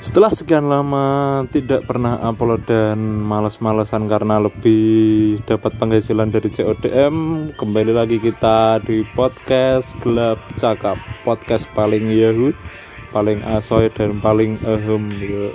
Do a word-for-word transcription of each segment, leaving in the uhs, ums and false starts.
Setelah sekian lama tidak pernah upload dan malas-malasan karena lebih dapat penghasilan dari C O D M, kembali lagi kita di podcast Gelap Cakap, podcast paling Yahud, paling asoy dan paling ehem.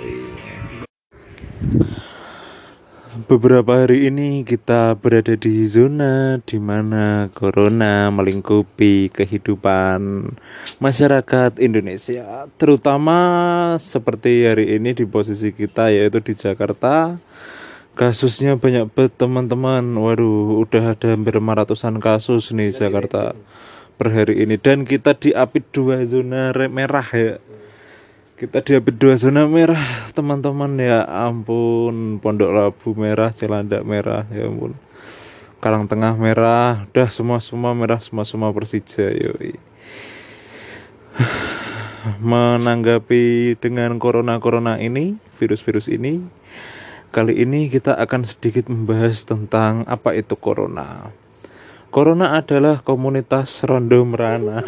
Beberapa hari ini kita berada di zona di mana corona melingkupi kehidupan masyarakat Indonesia, terutama seperti hari ini di posisi kita yaitu di Jakarta. Kasusnya banyak banget teman-teman. Waduh, udah ada hampir lima ratusan kasus nih Jakarta per hari ini, dan kita diapit dua zona merah ya. Kita diapit dua zona merah teman-teman, ya ampun. Pondok Labu merah, Cilandak merah, ya ampun. Karangtengah merah, udah semua-semua merah, semua-semua Persija. Yoi. Menanggapi dengan corona-corona ini, virus-virus ini, kali ini kita akan sedikit membahas tentang apa itu corona. Corona adalah komunitas Rondo Merana.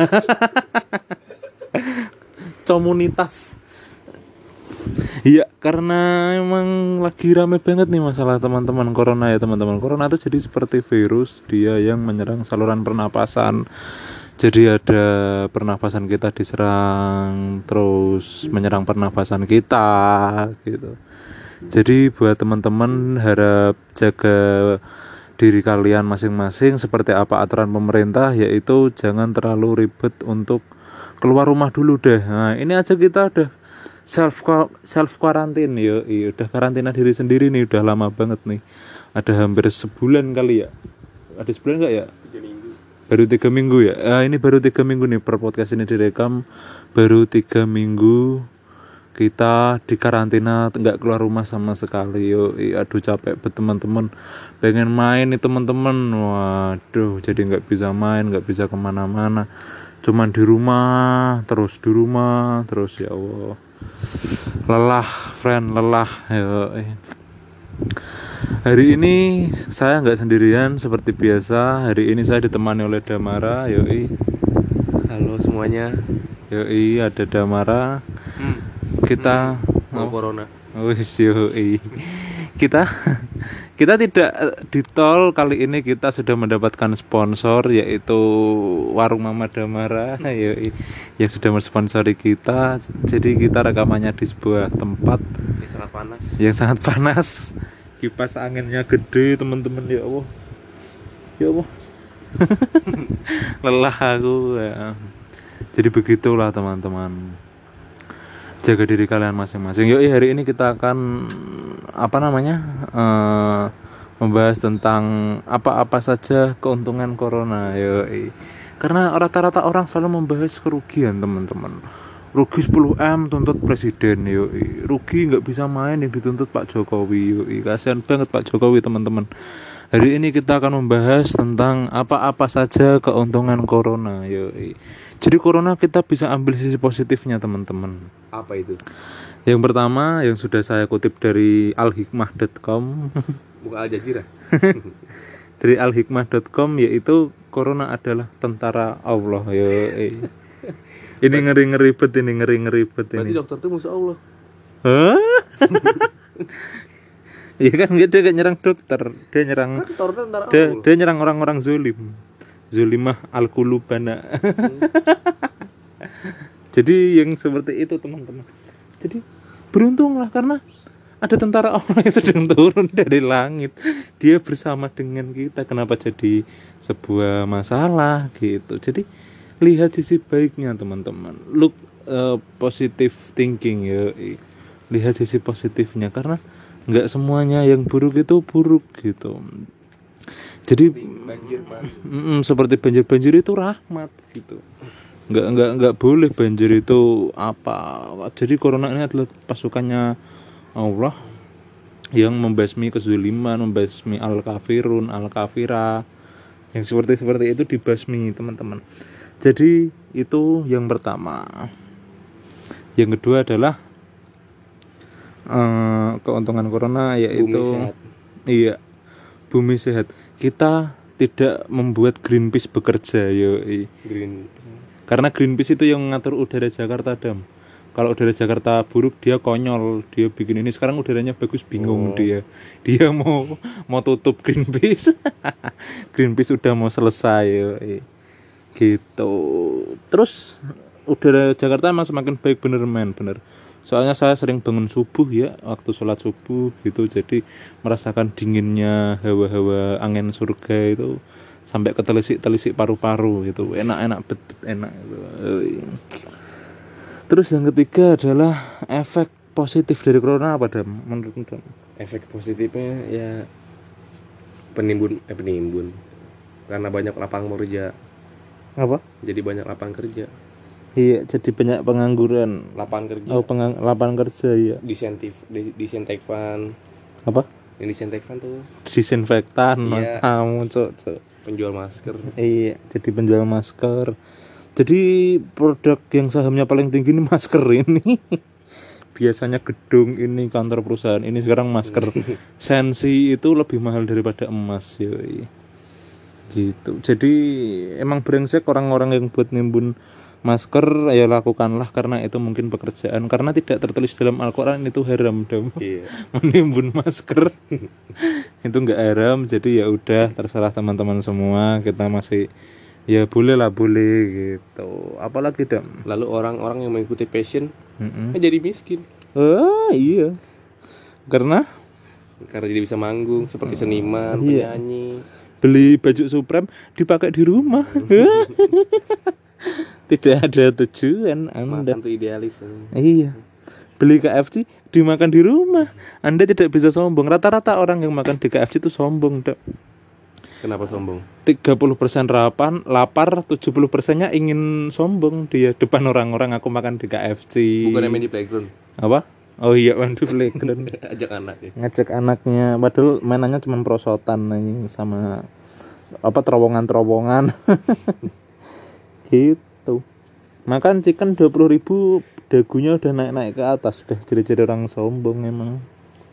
Komunitas. Iya, karena emang lagi rame banget nih masalah teman-teman corona ya teman-teman. Corona itu jadi seperti virus, dia yang menyerang saluran pernapasan. Jadi ada pernapasan kita diserang, terus menyerang pernapasan kita gitu. Jadi buat teman-teman, harap jaga diri kalian masing-masing seperti apa aturan pemerintah, yaitu jangan terlalu ribet untuk keluar rumah dulu deh. Nah, ini aja kita udah self self quarantine yo, iya udah karantina diri sendiri nih, udah lama banget nih. Ada hampir sebulan kali ya. Ada sebulan enggak ya? tiga minggu. Baru tiga minggu ya. Ah, ini baru tiga minggu nih per podcast ini direkam, baru tiga minggu kita di karantina, enggak keluar rumah sama sekali yo. Iya, aduh capek bet teman-teman. Pengen main nih teman-teman. Waduh, jadi enggak bisa main, enggak bisa kemana-mana. Cuman di rumah, terus di rumah, terus ya Allah. Lelah, friend, lelah. Ya. Hari ini saya nggak sendirian seperti biasa. Hari ini saya ditemani oleh Damara. Yoi. Halo semuanya. Yoi, ada Damara. Hmm. Kita hmm. mau oh. corona. Wis yoi. Kita kita tidak di tol kali ini, kita sudah mendapatkan sponsor yaitu Warung Mama Damara yoi, yang sudah mensponsori kita. Jadi kita rekamannya di sebuah tempat yang sangat panas. Yang sangat panas. Kipas anginnya gede, teman-teman, ya Allah. Ya Allah. Lelah aku ya. Jadi begitulah teman-teman. Jaga diri kalian masing-masing. Yuk, hari ini kita akan apa namanya uh, membahas tentang apa-apa saja keuntungan corona. Yuk, karena rata-rata orang selalu membahas kerugian teman-teman. Rugi sepuluh M tuntut presiden. Yuk, rugi nggak bisa main yang dituntut Pak Jokowi. Yuk, kasihan banget Pak Jokowi teman-teman. Hari ini kita akan membahas tentang apa-apa saja keuntungan corona. Yuk. Jadi corona kita bisa ambil sisi positifnya teman-teman. Apa itu? Yang pertama yang sudah saya kutip dari al hikmah dot com. Bukan Al Jazeera. Dari al hikmah dot com, yaitu corona adalah tentara Allah. Yo. Ini ngeri-ngeri bet ini ngeri-ngeri bet ini. Berarti dokter itu musuh Allah. Hah? Iya kan, dia gak nyerang dokter, dia nyerang kan dia, dia nyerang orang-orang zulim. Zulimah al-qulubana. Hmm. Jadi yang seperti itu teman-teman. Jadi beruntunglah karena ada tentara Allah yang sedang turun dari langit. Dia bersama dengan kita. Kenapa jadi sebuah masalah gitu. Jadi lihat sisi baiknya teman-teman. Look uh, positive thinking ya. Lihat sisi positifnya karena enggak semuanya yang buruk itu buruk gitu. Jadi banjir, mm, seperti banjir-banjir itu rahmat gitu. Enggak enggak enggak boleh banjir itu apa. Jadi corona ini adalah pasukannya Allah yang membasmi kezuliman, membasmi al-kafirun, al-kafira. Yang seperti seperti itu dibasmi, teman-teman. Jadi itu yang pertama. Yang kedua adalah uh, keuntungan corona yaitu bumi sehat. Iya. Bumi sehat. Kita tidak membuat Greenpeace bekerja, yo. Green. Karena Greenpeace itu yang mengatur udara Jakarta, Dam. Kalau udara Jakarta buruk dia konyol, dia bikin ini. Sekarang udaranya bagus bingung Oh. dia. Dia mau mau tutup Greenpeace. Greenpeace udah mau selesai. yoi. Gitu. Terus udara Jakarta emang semakin baik bener men, bener. Soalnya saya sering bangun subuh ya, waktu sholat subuh gitu, jadi merasakan dinginnya hawa-hawa angin surga itu sampai ke telisik-telisik paru-paru gitu, enak-enak bet-bet enak gitu. Yoi. Terus yang ketiga adalah efek positif dari corona apa Dam? Menurut Dam? Efek positifnya ya penimbun eh penimbun. Karena banyak lapangan kerja. Apa? Jadi banyak lapangan kerja. Iya, jadi banyak pengangguran. Lapangan kerja. Oh, pengang- lapangan kerja ya. Disentif, di, disinfektan. Apa? Yang disinfektan tuh Disinfektan, Iya. kamu cok cok. penjual masker. Iya, jadi penjual masker. Jadi produk yang sahamnya paling tinggi ini masker ini. Biasanya gedung ini, kantor perusahaan ini, sekarang masker sensi itu lebih mahal daripada emas, yoi. Gitu. Jadi emang brengsek orang-orang yang buat nimbun masker, ya lakukanlah karena itu mungkin pekerjaan, karena tidak tertulis dalam Al-Qur'an itu haram Dam. Iya. Menimbun masker itu enggak haram, jadi ya udah terserah teman-teman semua, kita masih ya boleh lah boleh gitu. Apalagi Dam? Lalu orang-orang yang mengikuti passion Mm-mm. eh, jadi miskin Ah iya, karena karena jadi bisa manggung seperti seniman, Iya. penyanyi. beli baju Supreme dipakai di rumah. Tidak ada tujuan Anda. Makan tuh idealis. Iya. Beli K F C dimakan di rumah. Anda tidak bisa sombong. Rata-rata orang yang makan di K F C itu sombong, Dok. Kenapa sombong? tiga puluh persen rapan, lapar, tujuh puluh persennya ingin sombong dia depan orang-orang aku makan di K F C. Bukan main di playground. Apa? Oh iya, main di playground. Ajak anak ya. Ngajak anaknya, padahal mainannya cuma prosotan anjing sama apa terowongan-terowongan. Gitu. Makan chicken dua puluh ribu, dagunya udah naik-naik ke atas, udah jadi-jadi orang sombong emang.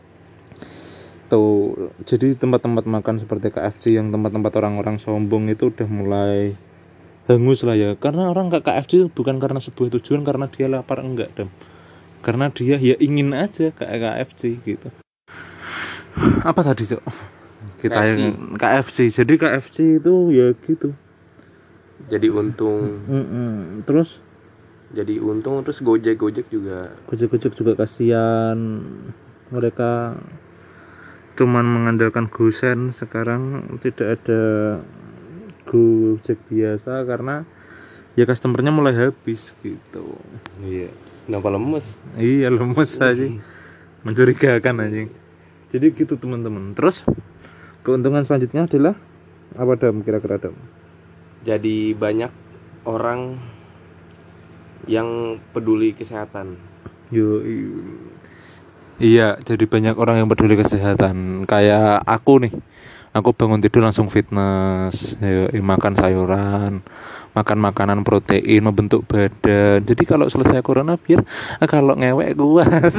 Tuh, jadi tempat-tempat makan seperti K F C yang tempat-tempat orang-orang sombong itu udah mulai hangus lah ya. Karena orang ke K F C bukan karena sebuah tujuan, karena dia lapar, enggak Dam. Karena dia ya ingin aja ke K F C gitu. Apa tadi Cok? Kita K F C. yang K F C. Jadi K F C itu ya gitu. Jadi untung, Mm-mm. Terus jadi untung terus Gojek-Gojek juga. Gojek-Gojek juga kasihan, mereka cuman mengandalkan GoSend, sekarang tidak ada Gojek biasa karena ya customernya mulai habis gitu. Iya. Kenapa lemes? Iya lemes aja, mencurigakan aja. Jadi gitu teman-teman. Terus keuntungan selanjutnya adalah apa Dam, kira-kira Dam? Jadi banyak orang yang peduli kesehatan. Yo, iya, jadi banyak orang yang peduli kesehatan. Kayak aku nih, aku bangun tidur langsung fitness, yo, makan sayuran, makan makanan protein, membentuk badan. Jadi kalau selesai corona biar kalau ngewek kuat.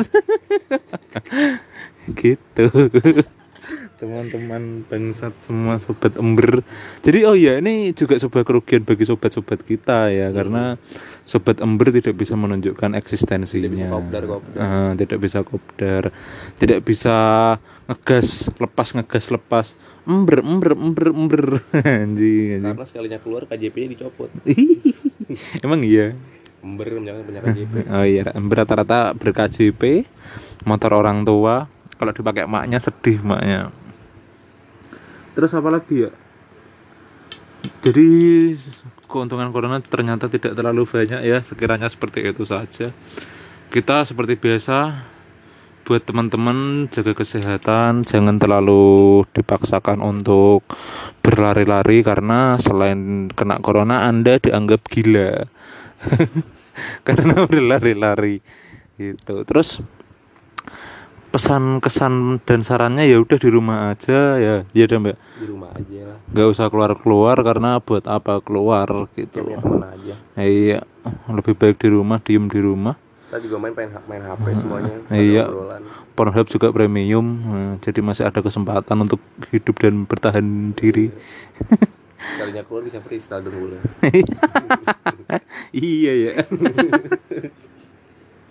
Gitu. Teman-teman bangsat semua, sobat ember. Jadi oh ya, ini juga sebuah kerugian bagi sobat-sobat kita ya, karena sobat ember tidak bisa menunjukkan eksistensinya. Tidak bisa kopdar, kopdar. Ah, tidak bisa kopdar, tidak bisa ngegas lepas ngegas lepas ember ember ember ember. Anjing, anjing. Karena sekalinya keluar K J P-nya dicopot. Emang iya. Ember jangan punya K J P. Oh iya, ember rata-rata ber-K J P, motor orang tua. Kalau dipakai maknya sedih maknya. Terus apa lagi ya? Jadi keuntungan corona ternyata tidak terlalu banyak ya, sekiranya seperti itu saja. Kita seperti biasa buat teman-teman jaga kesehatan, jangan terlalu dipaksakan untuk berlari-lari karena selain kena corona Anda dianggap gila. Karena berlari-lari gitu. Terus pesan kesan dan sarannya ya udah di rumah aja ya, ya udah Mbak. Di rumah aja lah. Nggak usah keluar-keluar karena buat apa keluar gitu. Kayak kemana aja. Iya, lebih baik di rumah, diem di rumah. Kita juga main main, main H P semuanya. Iya. Obrolan. Pornhub juga premium, nah, jadi masih ada kesempatan untuk hidup dan bertahan diri. Sekalinya keluar bisa freestyle dong boleh. Iya ya.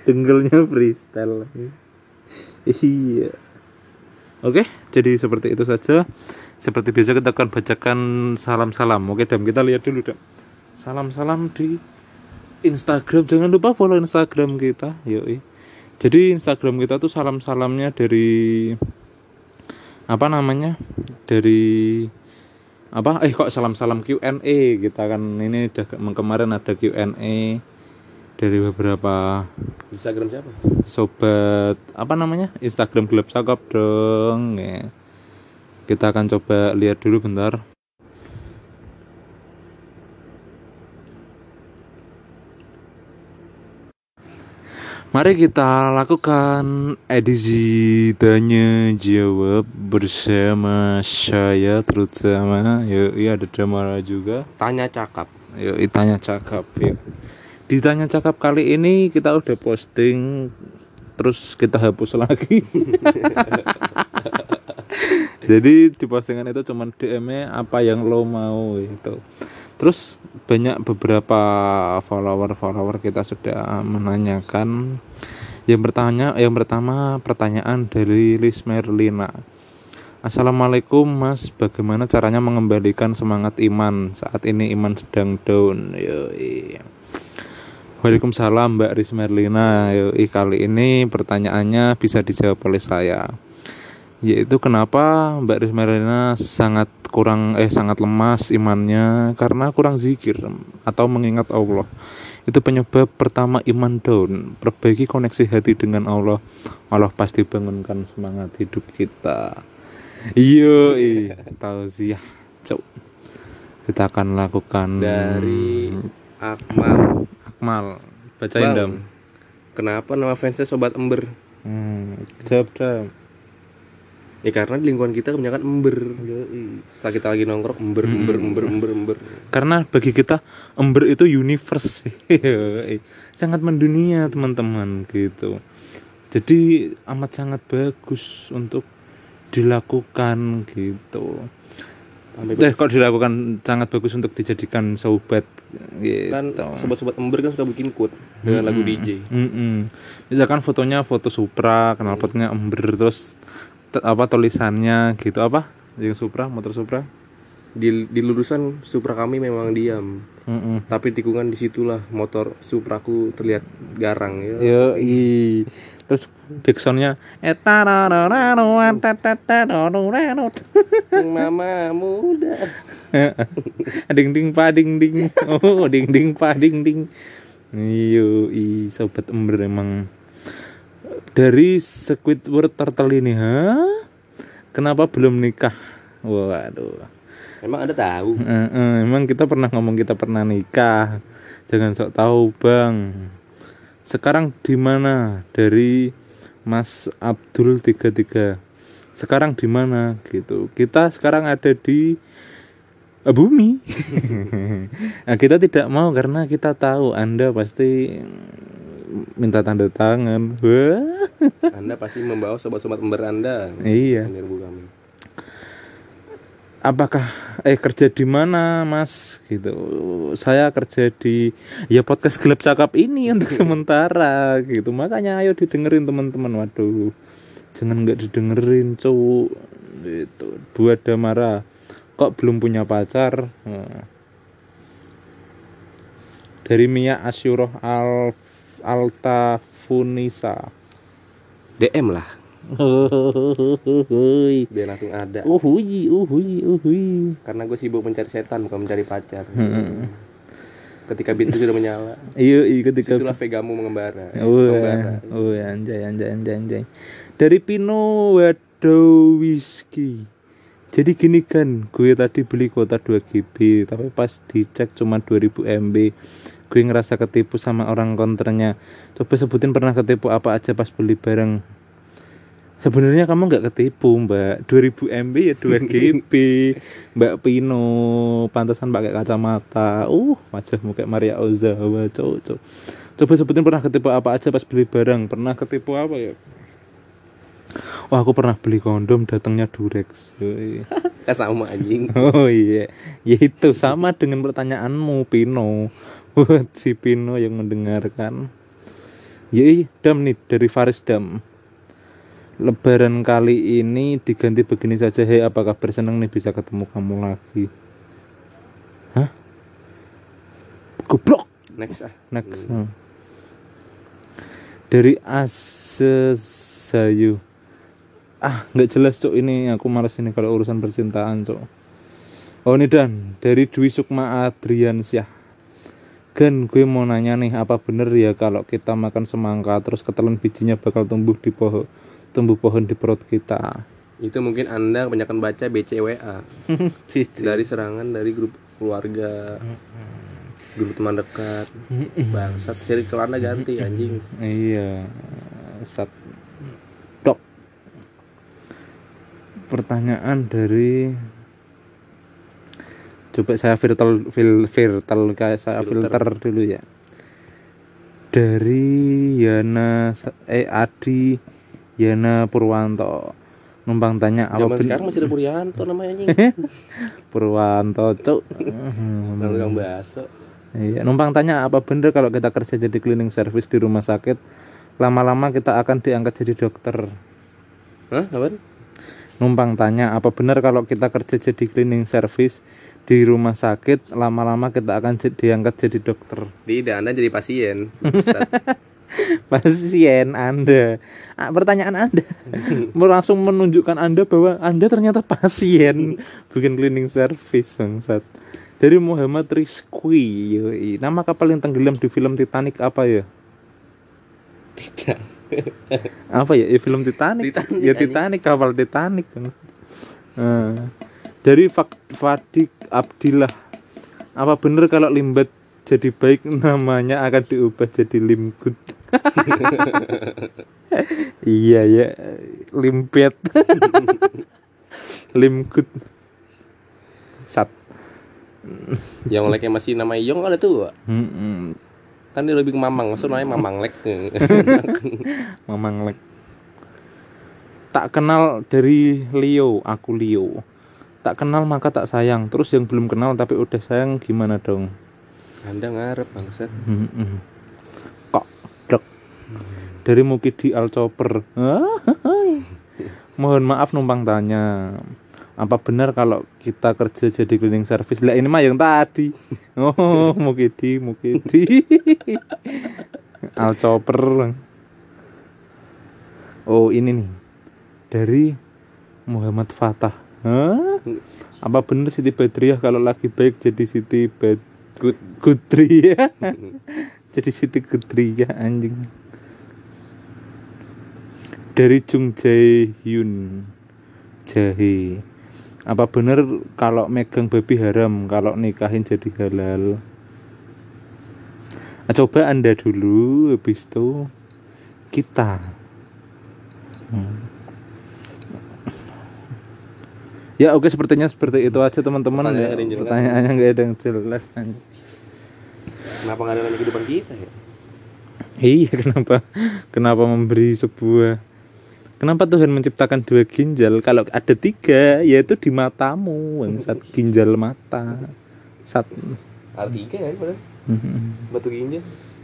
Dengkulnya freestyle. Iya. Oke, jadi seperti itu saja. Seperti biasa kita akan bacakan salam-salam. Oke, Dam, kita lihat dulu, Dam. Salam-salam di Instagram. Jangan lupa follow Instagram kita. Yoi. Jadi Instagram kita tuh salam-salamnya dari apa namanya? Dari apa? Eh kok salam-salam Q and A. Kita kan ini udah kemarin ada Q and A dari beberapa Instagram siapa? sobat apa namanya? Instagram Gelap Cakap dong. Ya. Kita akan coba lihat dulu bentar. Mari kita lakukan edisi tanya jawab bersama saya terutama. Yuk, iya ada Damara juga. Tanya cakap. Yuk, tanya cakap. Yuk. Di tanya cakap kali ini kita udah posting, terus kita hapus lagi. Jadi di postingan itu cuma D M-nya apa yang lo mau itu. Terus banyak beberapa follower-follower kita sudah menanyakan. Yang bertanya, yang pertama pertanyaan dari Liz Merlina. Assalamualaikum Mas, bagaimana caranya mengembalikan semangat iman saat ini iman sedang down? Yoi. Waalaikumsalam Mbak Liz Merlina. Yoi, kali ini pertanyaannya bisa dijawab oleh saya. Yaitu kenapa Mbak Riz Merlina sangat kurang eh sangat lemas imannya karena kurang zikir atau mengingat Allah. Itu penyebab pertama iman down. Perbaiki koneksi hati dengan Allah. Allah pasti bangunkan semangat hidup kita. Iyo, tausiah. Cuk. Kita akan lakukan Dari Akmal. Akmal. Bacain Bang, Dam. kenapa nama fansnya Sobat Ember? Hmm, jawab Dam. Ya karena di lingkungan kita kebanyakan ember. Setelah kita lagi nongkrong ember, ember, ember, ember, ember. Karena bagi kita ember itu universe. Sangat mendunia teman-teman gitu. Jadi amat sangat bagus untuk dilakukan gitu. Eh kok dilakukan sangat bagus untuk dijadikan sobat gitu. Kan sobat-sobat ember kan suka bikin quote dengan lagu D J. Mm-mm. Misalkan fotonya foto Supra, kenal potnya ember, terus t- apa tulisannya gitu apa? Yang Supra, motor Supra. Di, di lurusan Supra kami memang diam. Mm-mm. Tapi tikungan disitulah motor Supraku terlihat garang ya. Yo i. Terus backsoundnya Yang mama muda. ding ding pa ding ding. Oh ding ding pa ding ding. Yo i sobat ember emang dari Squidward Turtle ini, ha? Kenapa belum nikah? Waduh. Emang Anda tahu? E, e, emang kita pernah ngomong kita pernah nikah. Jangan sok tahu, Bang. Sekarang di mana? Dari Mas Abdul tiga puluh tiga. Sekarang di mana gitu. Kita sekarang ada di bumi. Nah, kita tidak mau karena kita tahu Anda pasti minta tanda tangan. Wah. Anda pasti membawa sobat-sobat ember Anda. Iya. Menyerbu kami. Apakah eh kerja di mana Mas gitu. Saya kerja di ya podcast Gelap Cakap ini untuk sementara gitu. Makanya ayo didengerin teman-teman. Waduh. Jangan enggak didengerin, cowok. Gitu. Buat Damara kok belum punya pacar? Nah. Dari Mia Asyuroh Al Altafunisa. D M lah. Biar langsung ada. Uhui, uhui, uhui. Karena gue sibuk mencari setan bukan mencari pacar. Ketika bintu sudah menyala. Iya, iya ketika itulah Vegamu mengembara. Oh, oh anjay, anjay, anjay, anjay. Dari Pino Wadowiski. Jadi gini kan, gue tadi beli kuota dua giga, tapi pas dicek cuma dua ribu megabyte. Gue ngerasa ketipu sama orang konternya. Coba sebutin pernah ketipu apa aja pas beli barang. Sebenarnya kamu nggak ketipu Mbak, dua ribu megabyte ya dua giga. Mbak Pino, pantasan pakai kacamata. Uh, wajahmu kayak Maria Ozawa, cowok. Coba sebutin pernah ketipu apa aja pas beli barang. Pernah ketipu apa ya? Wah, aku pernah beli kondom datangnya Durex. Kan sama anjing. Oh iya, ya itu sama dengan pertanyaanmu Pino. Buat si Pino yang mendengarkan. Yoi, Dam nih dari Faris Dam. Lebaran kali ini diganti begini saja. Hei, apa kabar? Seneng nih bisa ketemu kamu lagi. Hah? Goblok. Next ah. Next. Hmm. Dari Asesayu. Ah, nggak jelas cok ini. Aku males ini kalau urusan percintaan cok. Oh ini Dan dari Dwi Sukma Adriansyah. Gan, gue mau nanya nih, apa bener ya kalau kita makan semangka terus ketelan bijinya bakal tumbuh di pohon, tumbuh pohon di perut kita? Itu mungkin Anda kebanyakan baca B C W A. Dari serangan dari grup keluarga, grup teman dekat. Bangsat, circle Anda ganti anjing. Iya. Sat. Dok. Pertanyaan dari coba saya filter fil, filter kayak saya filter. filter dulu ya. Dari Yana eh Adi Yana Purwanto. Numpang tanya apa Zaman sekarang masih ada Puryanto namanya anjing. Purwanto cuk. Lalu Kang Baso. Iya, numpang tanya apa bener kalau kita kerja jadi cleaning service di rumah sakit, lama-lama kita akan diangkat jadi dokter. Hah, apaan? Numpang tanya apa bener kalau kita kerja jadi cleaning service di rumah sakit, lama-lama kita akan j- diangkat jadi dokter. Tidak, Anda jadi pasien. Pasien Anda. Ah, pertanyaan Anda langsung menunjukkan Anda bahwa Anda ternyata pasien, bukan cleaning service bangsat. Dari Muhammad Rizky, yoi. Nama kapal yang tenggelam di film Titanic apa ya? Tidak. Apa ya? Ya film Titanic. Titanic, ya Titanic, kapal Titanic. Nah, dari Fak- Fadik Abdillah. Apa bener kalau limbat jadi baik namanya akan diubah jadi limgut? Iya ya, limpet. Limgut. Sat. Yang leknya masih nama Yong ada tuh. Mm-mm. Kan dia lebih ke Mamang, maksud namanya Mamang Lek. Mamang lek. Tak kenal dari Leo, aku Leo. Tak kenal maka tak sayang. Terus yang belum kenal tapi udah sayang gimana dong? Anda ngarep bangsat. Mm-mm. Kok dok. Dari Mukidi Al Chopper. Mohon maaf numpang tanya. Apa benar kalau kita kerja jadi cleaning service? Lah ini mah yang tadi. Oh, Mukidi, Mukidi. Al Chopper. Oh, ini nih. Dari Muhammad Fatah. Hah? Apa benar Siti Badriah kalau lagi baik jadi Siti Bad Good. Gudri ya? Jadi Siti Gudri ya anjing. Dari Jung Jae Hyun. Jahe. Apa benar kalau megang babi haram, kalau nikahin jadi halal? Nah, coba Anda dulu, habis itu kita. Hmm. Ya oke, sepertinya seperti itu aja teman-teman ya. Pertanyaannya nggak ada yang jelas. Kenapa nggak ada nanya kehidupan kita ya? Iya, kenapa? Kenapa memberi sebuah? Kenapa Tuhan menciptakan dua ginjal? Kalau ada tiga, yaitu di matamu, bangsat, ginjal mata. Sat. Ada tiga kan padahal. Batu ginjal.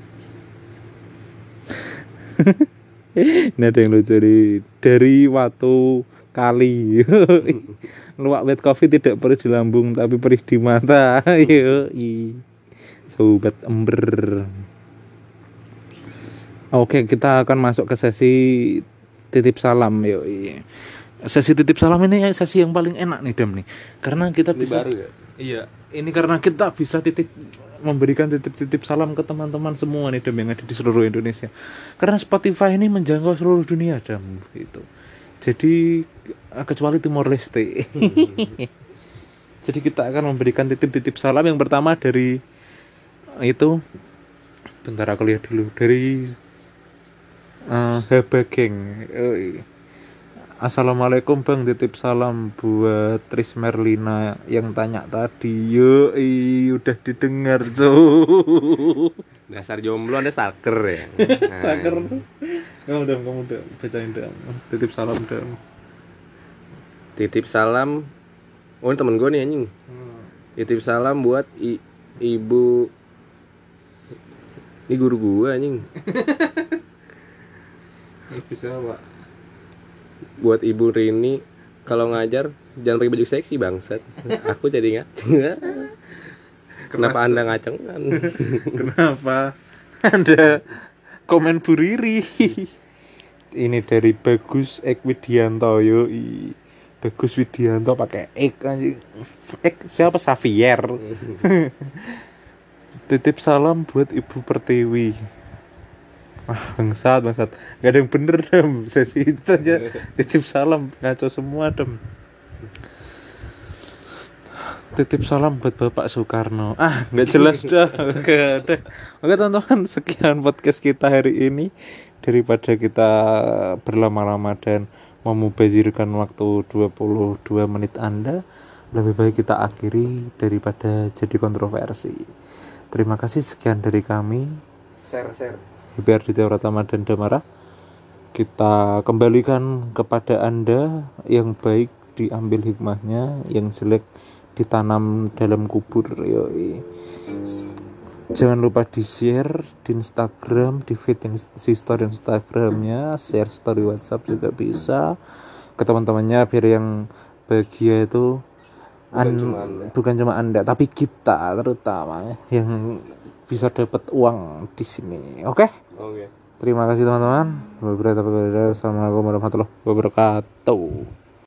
Ini ada yang lucu dari dari Watu Kali. Luwak wet coffee tidak perih di lambung tapi perih di mata. Yoi. Sobat ember. Oke, kita akan masuk ke sesi titip salam. Yoi. Sesi titip salam ini sesi yang paling enak nih Dam nih. Karena kita Ini bisa baru ya? Iya, ini karena kita bisa titip memberikan titip-titip salam ke teman-teman semua nih Dam yang ada di seluruh Indonesia. Karena Spotify ini menjangkau seluruh dunia Dam gitu. Jadi kecuali Timor Leste. Jadi kita akan memberikan titip-titip salam. Yang pertama dari itu, bentar aku lihat dulu, dari uh, Habageng. Assalamualaikum Bang, titip salam buat Tris Merlina yang tanya tadi. Yoi, udah didengar so. Dasar jomblo Anda stalker ya. Saker. Kamu udah kamu udah bacain dong. Titip salam dong. Titip salam. Oh ini temen gue nih anjing. Titip salam buat i- ibu. Ini guru gue anjing. Bisa Pak. Buat Ibu Rini, kalau ngajar jangan pakai baju seksi bangsat. Aku jadi ngaceng. Kenapa Anda ngacengan? Kenapa Anda komen Bu Riri? Ini dari Bagus Ek Widianto yo. Bagus Widianto pakai Ek anjing. Ek siapa? Xavier. Titip salam buat Ibu Pertiwi. Wah, bangsat, bangsat. Gak ada yang bener Dem. Sesi itu aja titip salam ngaco semua Dem. Titip salam buat Bapak Soekarno. Ah, nggak jelas dah. Nggak ada. Oke teman-teman, sekian podcast kita hari ini. Daripada kita berlama-lama dan memubazirkan waktu dua puluh dua menit Anda, lebih baik kita akhiri daripada jadi kontroversi. Terima kasih, sekian dari kami. Share, share. Biar Ditya Pratama dan Damara. Kita kembalikan kepada Anda yang baik diambil hikmahnya, yang jelek ditanam dalam kubur. Yoi. Jangan lupa di share di Instagram, di feed yang di story Instagramnya, share story WhatsApp juga bisa ke teman-temannya biar yang bahagia itu bukan, an, cuma anda. bukan cuma anda tapi kita terutama yang bisa dapat uang di sini. Oke? Okay? Oke. Okay. Terima kasih teman-teman. Wassalamualaikum warahmatullahi wabarakatuh.